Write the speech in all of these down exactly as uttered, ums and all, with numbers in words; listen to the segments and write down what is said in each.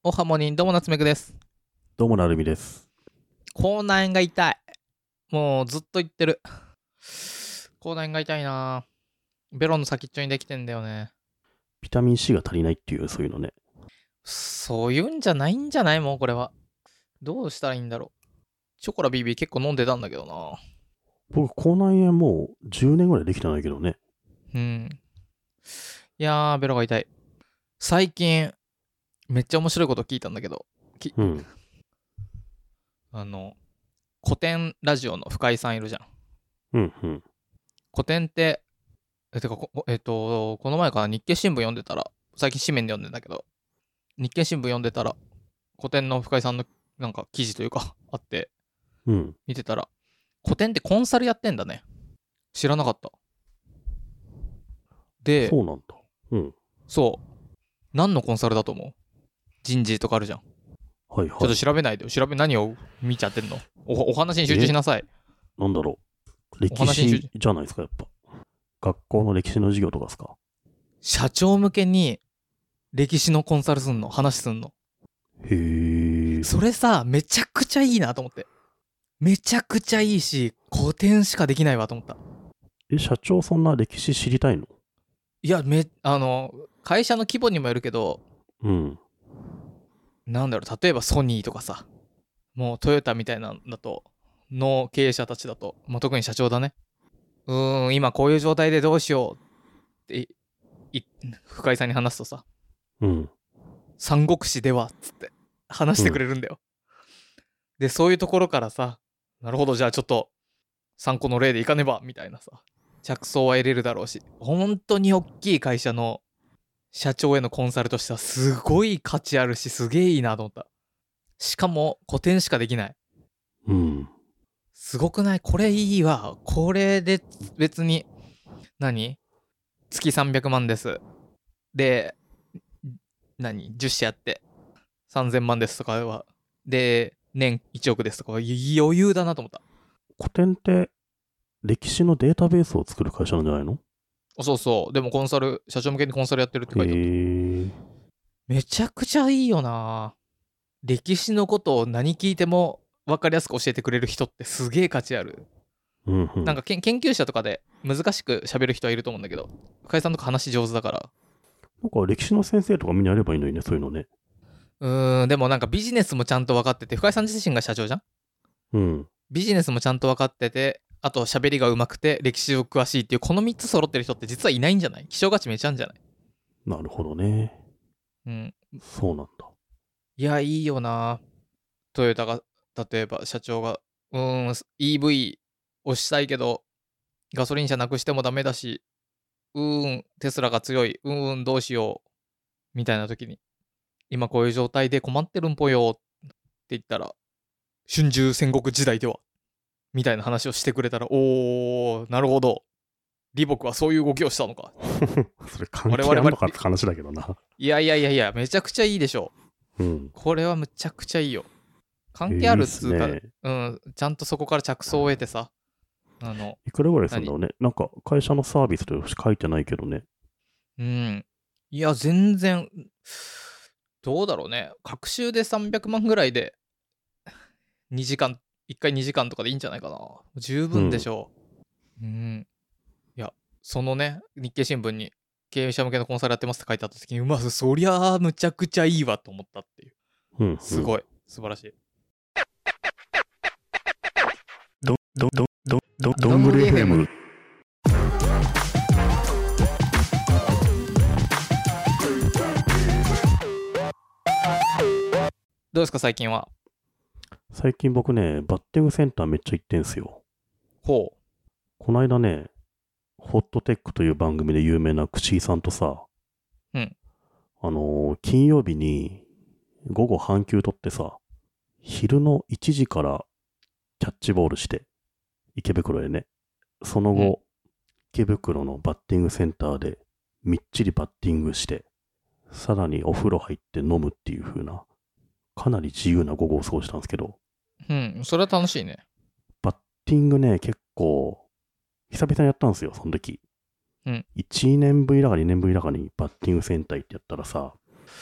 おはモニン、どうも夏目くです。 どうもなるみです。 口内炎が痛い。もうずっと言ってる。口内炎が痛いな。ベロの先っちょにできてんだよね。 ビタミン C が足りないっていう、そういうのね。 そういうんじゃないんじゃない？もうこれは。どうしたらいいんだろう。チョコラ ビービー 結構飲んでたんだけどな。 僕、口内炎もうじゅうねんぐらいできてないけどね。 うん。いやー、ベロが痛い。最近、めっちゃ面白いこと聞いたんだけど、きうん。 あの、古典ラジオの深井さんいるじゃん。 うんうん。 古典って、え、てかこ、えっと、この前から日経新聞読んでたら、最近紙面で読んでんだけど、日経新聞読んでたら、古典の深井さんのなんか記事というかあって、 うん。 見てたら、古典ってコンサルやってんだね。知らなかった。で、 そうなんだ。うん。 そう。何のコンサルだと思う？人事とかあるじゃん。ちょっとはいはい。 調べないでよ。調べ、何を見ちゃってんの？ お, お話に集中しなさい。 なんだろう。 お歴史話に集中。 じゃないですか、やっぱ。学校の歴史の授業とかですか。 社長向けに歴史のコンサルすんの？話すんの？ へえ。 それさ、めちゃくちゃいいなと思って。めちゃくちゃいいし、古典しかできないわと思った。 え、社長そんな歴史知りたいの？ いや、め、あの、会社の規模にもよるけど、 うん。 なんだろう、例えばソニーとかさ、もうトヨタみたいなんだと、の経営者たちだと、まあ、特に社長だね。うーん、今こういう状態でどうしようってい、深井さんに話すとさ、 うん。 三国志ではっつって話してくれるんだよ。で、そういうところからさ、なるほど、じゃあちょっと参考の例でいかねばみたいなさ、着想は得れるだろうし、本当に大きい会社の社長へのコンサルとしてはすごい価値あるし、すげえいいなと思った。しかも古典しかできない。 うん。 すごくない？これいいわ。これで別に何、月さんびゃくまんですで、何じゅっ社やってさんぜんまんですとかは、で年いちおくですとかは余裕だなと思った。 古典って歴史のデータベースを作る会社なんじゃないの？ そうそう。でもコンサル、社長向けにコンサルやってるって書いてあった。 へえ。 めちゃくちゃいいよな。歴史のことを何聞いても分かりやすく教えてくれる人ってすげえ価値ある。 うんうん。 なんか研究者とかで難しく喋る人はいると思うんだけど、深井さんとか話上手だから。 なんか歴史の先生とかみんなやればいいのにね、そういうのね。 うーん、でもなんかビジネスもちゃんと分かってて、深井さん自身が社長じゃん。 うん。 ビジネスもちゃんと分かってて、あと喋りが上手くて歴史を詳しいっていうこのみっつ揃ってる人って実はいないんじゃない？希少価値めちゃあんじゃない？ なるほどね。 うん。 そうなんだ。 いや、いいよな。トヨタが、例えば社長が、うーん、イーブイ をしたいけど、ガソリン車なくしてもダメだし、うーん、テスラが強い、うーん、どうしよう、みたいな時に、今こういう状態で困ってるんぽよって言ったら、春秋戦国時代では、みたいな話をしてくれたら、おー、なるほど。李牧はそういう動きをしたのか。 それ関係あんのかって話だけどな。 いやいやいやいや、めちゃくちゃいいでしょ。 うん。 これはむちゃくちゃいいよ。関係あるっつうか、 いいっすね。 うん、ちゃんとそこから着想を得てさ、あの、 いくらぐらいするんだろうね。なんか会社のサービスとして書いてないけどね。 うん。いや、全然、どうだろうね。隔週でさんびゃくまんぐらいでにじかん、いっかいにじかんとかでいいんじゃないかな。十分でしょう。うん。いや、そのね、日経新聞に経営者向けのコンサルやってますって書いてあった時に、うま、そりゃあむちゃくちゃいいわと思ったっていう。 うん、うん。 すごい。素晴らしい。 ど、ど、ど、ど、ど、どんぐり エフエム。 どうですか、最近は。 最近僕ね、バッティングセンターめっちゃ行ってんすよ。 ほう。 こないだね、ホットテックという番組で有名なクシーさんとさ、 うん。 あのー金曜日に午後半休取ってさ、昼のいちじからキャッチボールして、池袋へね、その後、 うん池袋のバッティングセンターでみっちりバッティングして、さらにお風呂入って飲むっていう風な、かなり自由な午後を過ごしたんですけど、 うん。それは楽しいね。 バッティングね、結構、久々にやったんですよ、その時。 うん。 いちねんぶりだかにねんぶりだかにバッティングセンター行ってやったらさ、結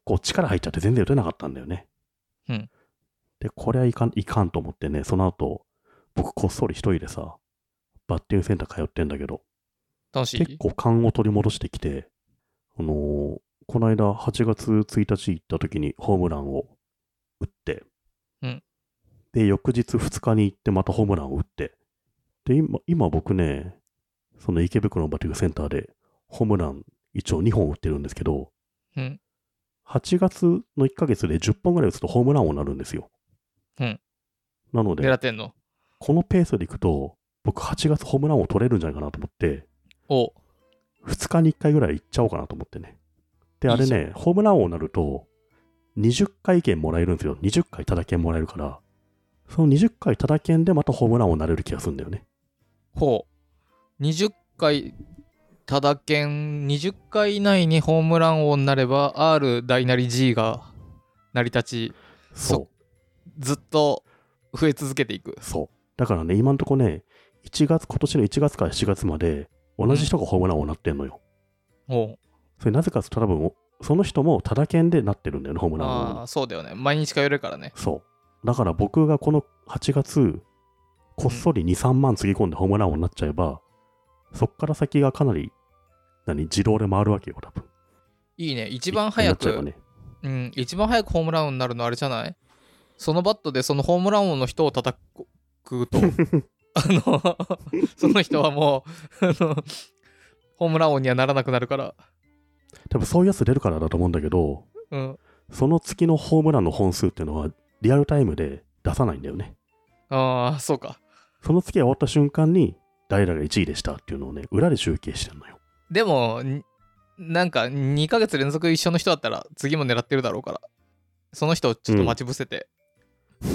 構力入っちゃって全然打てなかったんだよね。 うん。 で、これはいかん、いかんと思ってね、その後、僕こっそり一人でさ、バッティングセンター通ってんだけど、 楽しい？ 結構勘を取り戻してきて、あのーこの間はちがつついたち行った時にホームランを打って、 うん、 で、翌日ふつかに行ってまたホームランを打って、で、今、今僕ね、その池袋のバッティングセンターでホームラン一応にほん打ってるんですけど、 うん、 はちがつのいっかげつでじゅっぽんぐらい打つとホームラン王になるんですよ。 うん。 なので、 狙ってんの？ このペースでいくと、僕はちがつホームラン王取れるんじゃないかなと思って、 おふつかにいっかいぐらい行っちゃおうかなと思ってね。で、あれね、ホームラン王になると、にじゅっかい券もらえるんですよ。にじゅっかいタダ券もらえるから、そのにじゅっかいタダ券でまたホームラン王になれる気がするんだよね。 ほう。にじゅっかいタダ券、にじゅっかい以内にホームラン王になれば R 大なり G が成り立ち、 そう。 ずっと増え続けていく。 そう。だからね、今んとこね、いちがつ、今年のいちがつからしちがつまで、同じ人がホームラン王になってんのよ。 おう。 それなぜかというと多分、その人もタダ券でなってるんだよね、ホームラン王に。 ああ、そうだよね。毎日通えるからね。 そう。だから僕がこのはちがつ、こっそりに、さんまんつぎ込んでホームラン王になっちゃえば、そっから先がかなり、何、自動で回るわけよ、多分。 いいね。一番早く、ね、うん、一番早くホームラン王になるのあれじゃない？そのバットでそのホームラン王の人を叩くと、あの、その人はもう、あの、ホームラン王にはならなくなるから。 多分そういうやつ出るからだと思うんだけど、 うん、 その月のホームランの本数っていうのはリアルタイムで出さないんだよね。 ああ、そうか。 その月が終わった瞬間に誰々がいちいでしたっていうのをね、裏で集計してるのよ。 でも、なんかにかげつ連続一緒の人だったら次も狙ってるだろうから、その人をちょっと待ち伏せて。 うん、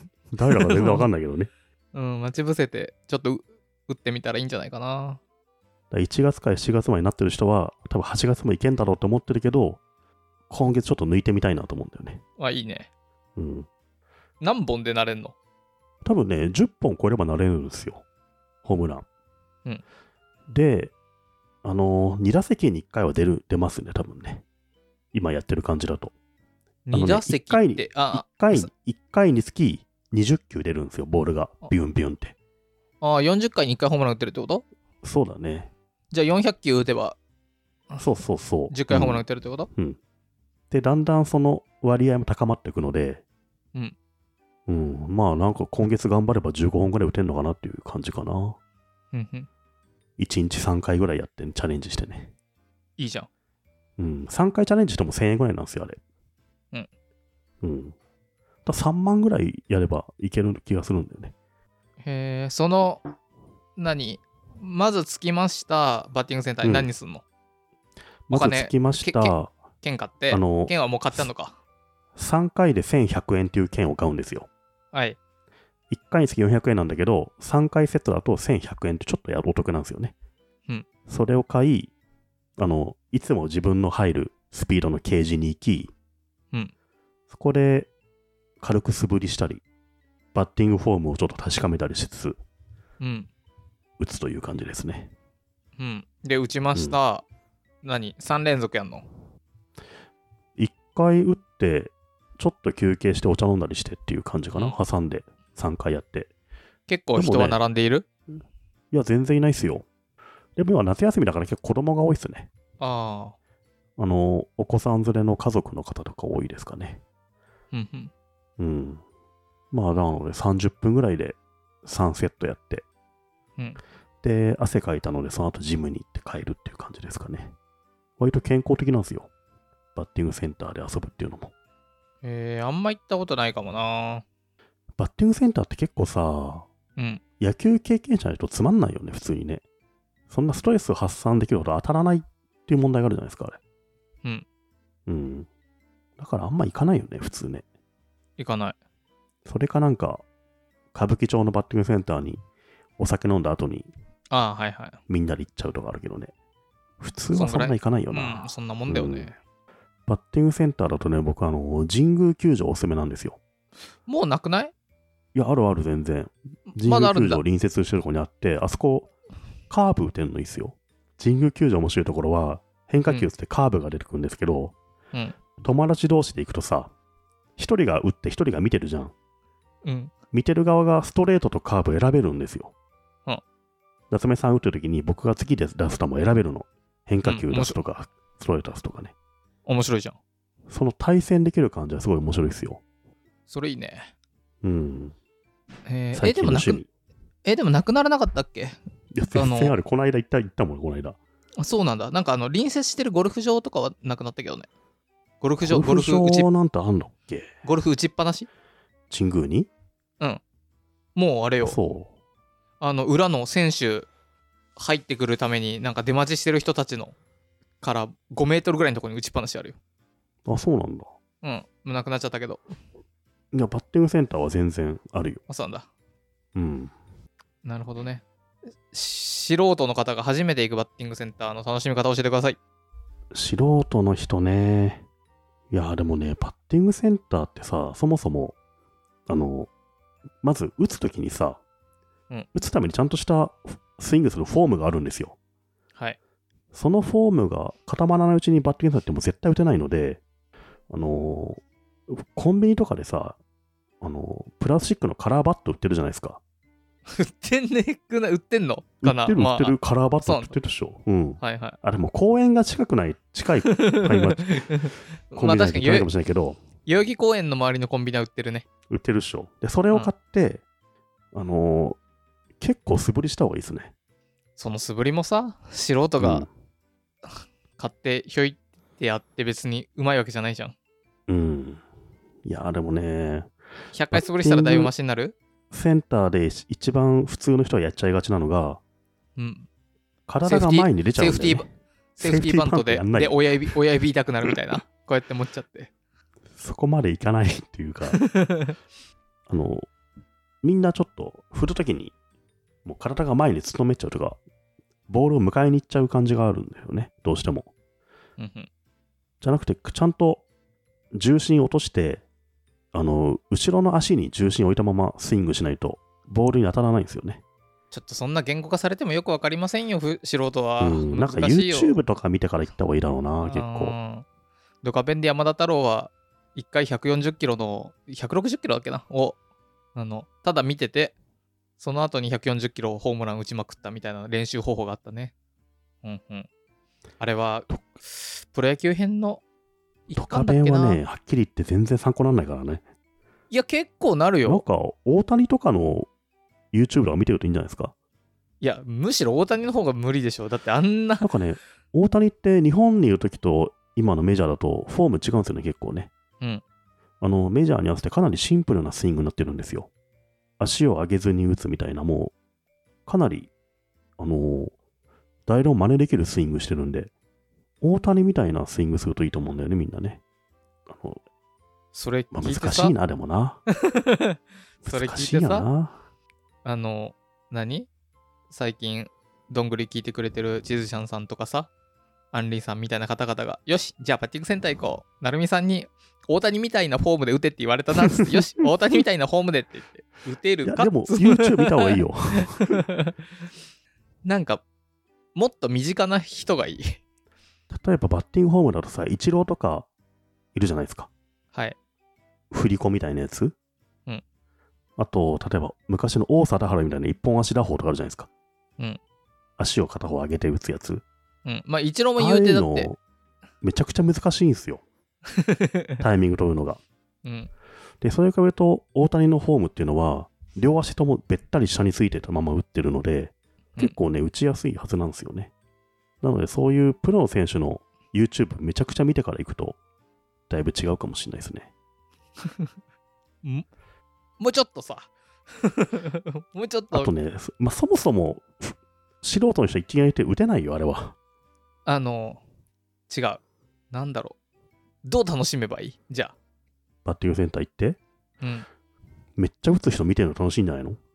誰だか全然わかんないけどね。 うん、待ち伏せて、ちょっと打ってみたらいいんじゃないかな。 いちがつからしちがつまでになってる人は、多分はちがつもいけんだろうと思ってるけど、今月ちょっと抜いてみたいなと思うんだよね。 あ、いいね。 うん。 何本でなれんの？ 多分ね、じゅっぽん超えればなれるんですよ。ホームラン。 うん。で、 あのー、に打席にいっかいは出る、出ますね、多分ね。今やってる感じだと。 に打席って、 ね、いっかい、いっかいにつきにじゅっきゅう出るんですよ、ボールが。ビュンビュンって。 ああ、よんじゅっかいにいっかいホームラン打ってるってこと？ そうだね。 じゃあよんひゃくきゅう打てば、 そうそうそう。 じゅっかいホームラン打ってるってこと？ うん。うん、で、だんだんその割合も高まっていくので、 うん。 うん。まあなんか今月頑張ればじゅうごほんぐらい打てんのかなっていう感じかな。 うんうん。 いちにちさんかいぐらいやって、チャレンジしてね。 いいじゃん。 うん。さんかいチャレンジしてもせんえんぐらいなんですよ、あれ。 うん。 うん。ださんまんぐらいやればいける気がするんだよね。 へえ、その、何まず着きました、バッティングセンターに何にすんの？ うん、まず着きました。 券買って、あの券はもう買ったのか。 さんかいでせんひゃくえんっていう券を買うんですよ。 はい。 いっかいにつきよんひゃくえんなんだけど、さんかいセットだとせんひゃくえんってちょっとやるお得なんですよね。 うん。 それを買い、あの、いつも自分の入るスピードのケージに行き、 うん。 そこで軽く素振りしたり、バッティングフォームをちょっと確かめたりしつつ、 うん。 打つという感じですね。 うん。で、打ちました。うん、何 ?さん 連続やんの？ いっかい打って、ちょっと休憩してお茶飲んだりしてっていう感じかな。うん、挟んでさんかいやって。 結構人は並んでいる？ ね、いや、全然いないっすよ。でも今夏休みだから結構子供が多いっすね。 ああ。 あの、お子さん連れの家族の方とか多いですかね。 うんうん。 うん。まあ、なのでさんじゅっぷんぐらいでさんセットやって、 うん、 で、汗かいたのでその後ジムに行って帰るっていう感じですかね。割と健康的なんですよ。バッティングセンターで遊ぶっていうのも。 えー、あんま行ったことないかもな。 バッティングセンターって結構さ、 うん、 野球経験者の人つまんないよね、普通にね。そんなストレス発散できるほど当たらないっていう問題があるじゃないですか、あれ。 うん。 うん。だからあんま行かないよね、普通ね。 行かない。 それかなんか、歌舞伎町のバッティングセンターにお酒飲んだ後に、 ああ、はいはい。 みんなで行っちゃうとかあるけどね。普通はそんな行かないよな。 うん、そんなもんだよね、うん。 バッティングセンターだとね、僕あの、神宮球場おすすめなんですよ。 もうなくない？ いや、あるある全然。神宮球場隣接してるところにあって、あそこ、カーブ打てるのいいっすよ。神宮球場面白いところは、変化球ってカーブが出てくるんですけど、 うん、 友達同士で行くとさ、一人が打って一人が見てるじゃん。 うん。 見てる側がストレートとカーブ選べるんですよ。 うん。 夏目さん打ってる時に僕が次で出す球も選べるの。変化球出すとか、うん、ストレート出すとかね。 面白いじゃん。 その対戦できる感じはすごい面白いですよ。 それいいね。 うん。 えー、え、でもなく、え、でもなくならなかったっけ？ いや、全然ある。この間行った、行ったもん、この間。 あ、そうなんだ。なんかあの、隣接してるゴルフ場とかはなくなったけどね。ゴルフ場、ゴルフ打ちなんてあんのっけ？ ゴルフ打ちっぱなし？ 神宮に？ うん。もうあれよ。 そう。 あの、裏の選手入ってくるために、なんか出待ちしてる人たちのからごメートルぐらいのところに打ちっぱなしあるよ。 あ、そうなんだ。 うん。もうなくなっちゃったけど。 いや、バッティングセンターは全然あるよ。 あ、そうなんだ。 うん。 なるほどね。素人の方が初めて行くバッティングセンターの楽しみ方を教えてください。 素人の人ね。いや、でもね、バッティングセンターってさ、そもそも、あの、まず打つときにさ、うん、打つためにちゃんとしたスイングするフォームがあるんですよ。 はい。 そのフォームが固まらないうちにバッティングセンターってもう絶対打てないので、あのー、コンビニとかでさ、あのー、プラスチックのカラーバット売ってるじゃないですか。 売ってんねくな、売ってんのかな？ 売ってる、 まあ、 売ってる、カラーバット売ってるでしょ。うん。 はいはい。 あれも公園が近くない、近いコンビニないといけないかもしれないけど、 代々木公園の周りのコンビニは売ってるね。 売ってるでしょ。で、それを買って、うん、あのー、結構素振りした方がいいですね。 その素振りもさ、素人が買ってひょいってやって別にうまいわけじゃないじゃん。 うん。いや、でもね、 ひゃっかい素振りしたらだいぶマシになる？ センターで一番普通の人はやっちゃいがちなのが、 うん、 体が前に出ちゃうんだよね。 セーフティー、セーフティーバントで、で親指、親指痛くなるみたいな。こうやって持っちゃって。 そこまでいかないっていうか、あの、みんなちょっと振るときに、もう体が前に勤めちゃうとか、ボールを迎えに行っちゃう感じがあるんだよね、どうしても。 うんうん、 じゃなくて、ちゃんと重心落として、あの、後ろの足に重心を置いたままスイングしないと、ボールに当たらないんですよね。 ちょっとそんな言語化されてもよくわかりませんよ、素人は。 うん、なんか YouTube とか見てから行った方がいいだろうな、結構。 ドカベンで山田太郎はいっかいひゃくよんじゅっキロの、ひゃくろくじゅっキロだっけなを、あの、ただ見てて、その後にひゃくよんじゅっキロホームラン打ちまくったみたいな練習方法があったね。うんうん。あれは、プロ野球編のドカベンはね、はっきり言って全然参考にならないからね。 いや、結構なるよ。 なんか、大谷とかの YouTube とか見てるといいんじゃないですか。 いや、むしろ大谷の方が無理でしょ。だってあんな。 なんかね、大谷って日本にいるときと今のメジャーだとフォーム違うんですよね、結構ね。 うん。 あの、メジャーに合わせてかなりシンプルなスイングになってるんですよ。足を上げずに打つみたいな、もう、かなり、あのー、大論真似できるスイングしてるんで、大谷みたいなスイングするといいと思うんだよね、みんなね。あの、 それまあ、難しいな、でもな。 それ聞いてさ、あの、何最近、どんぐり聞いてくれてるチズシャンさんとかさ、アンリーさんみたいな方々が、よし、じゃあバッティングセンター行こう。なるみさんに、大谷みたいなフォームで打てって言われたなっつって、よし、大谷みたいなフォームでって言って、打てるか。 いやでも、YouTube 見た方がいいよ。 なんか、もっと身近な人がいい。 例えばバッティングフォームだとさ、イチローとかいるじゃないですか。 はい。 振り子みたいなやつ。 うん。 あと、例えば昔の王貞治みたいな一本足打法とかあるじゃないですか。 うん。 足を片方上げて打つやつ。 うん。まあ、イチローも言うてだって。 めちゃくちゃ難しいんですよ。タイミング取るのが。 うん。 で、それから言うと、大谷のフォームっていうのは、両足ともべったり下についてたまま打ってるので、結構ね、打ちやすいはずなんですよね。なので、そういうプロの選手の YouTube めちゃくちゃ見てから行くと、だいぶ違うかもしれないですね。 もうちょっとさ。もうちょっと。 あとね、まあ、そもそも、素人の人一概に言って打てないよ、あれは。 あの、違う。なんだろう。どう楽しめばいい？じゃあ。 バッティングセンター行って、 うん、 めっちゃ打つ人見てるの楽しいんじゃないの？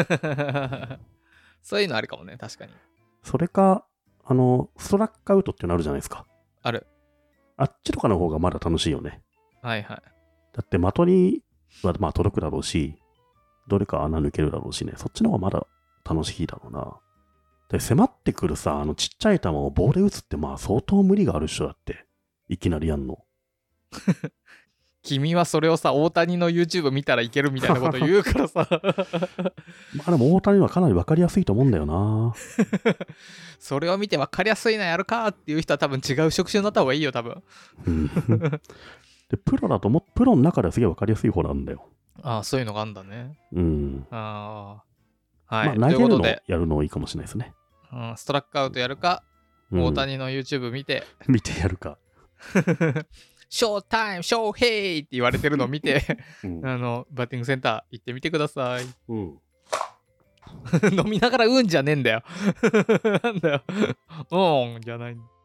そういうのあるかもね、確かに。 それか、あの、ストラックアウトってのあるじゃないですか。 ある。 あっちとかの方がまだ楽しいよね。 はいはい。 だって的にはまあ届くだろうし、どれか穴抜けるだろうしね、そっちの方がまだ楽しいだろうな。で、迫ってくるさ、あのちっちゃい球を棒で打つってまあ相当無理がある人だって、いきなりやんの。 君はそれをさ、大谷の YouTube 見たらいけるみたいなこと言うからさ。 まあでも大谷はかなり分かりやすいと思うんだよな。 それを見て分かりやすいなやるかっていう人は多分違う職種になった方がいいよ、多分。 うんでプロだとも、プロの中ではすげえ分かりやすい方なんだよ。 ああ、そういうのがあるんだね。 うん。 ああ。はい。 まあ、投げるのということで、 やるのいいかもしれないですね。 うん、ストラックアウトやるか、 うん大谷の YouTube 見て、 見てやるか。 ショータイム、ショーヘイって言われてるのを見て、 うんあの、バッティングセンター行ってみてください。 うん飲みながらうんじゃねえんだよ。なんだよ。うんじゃない。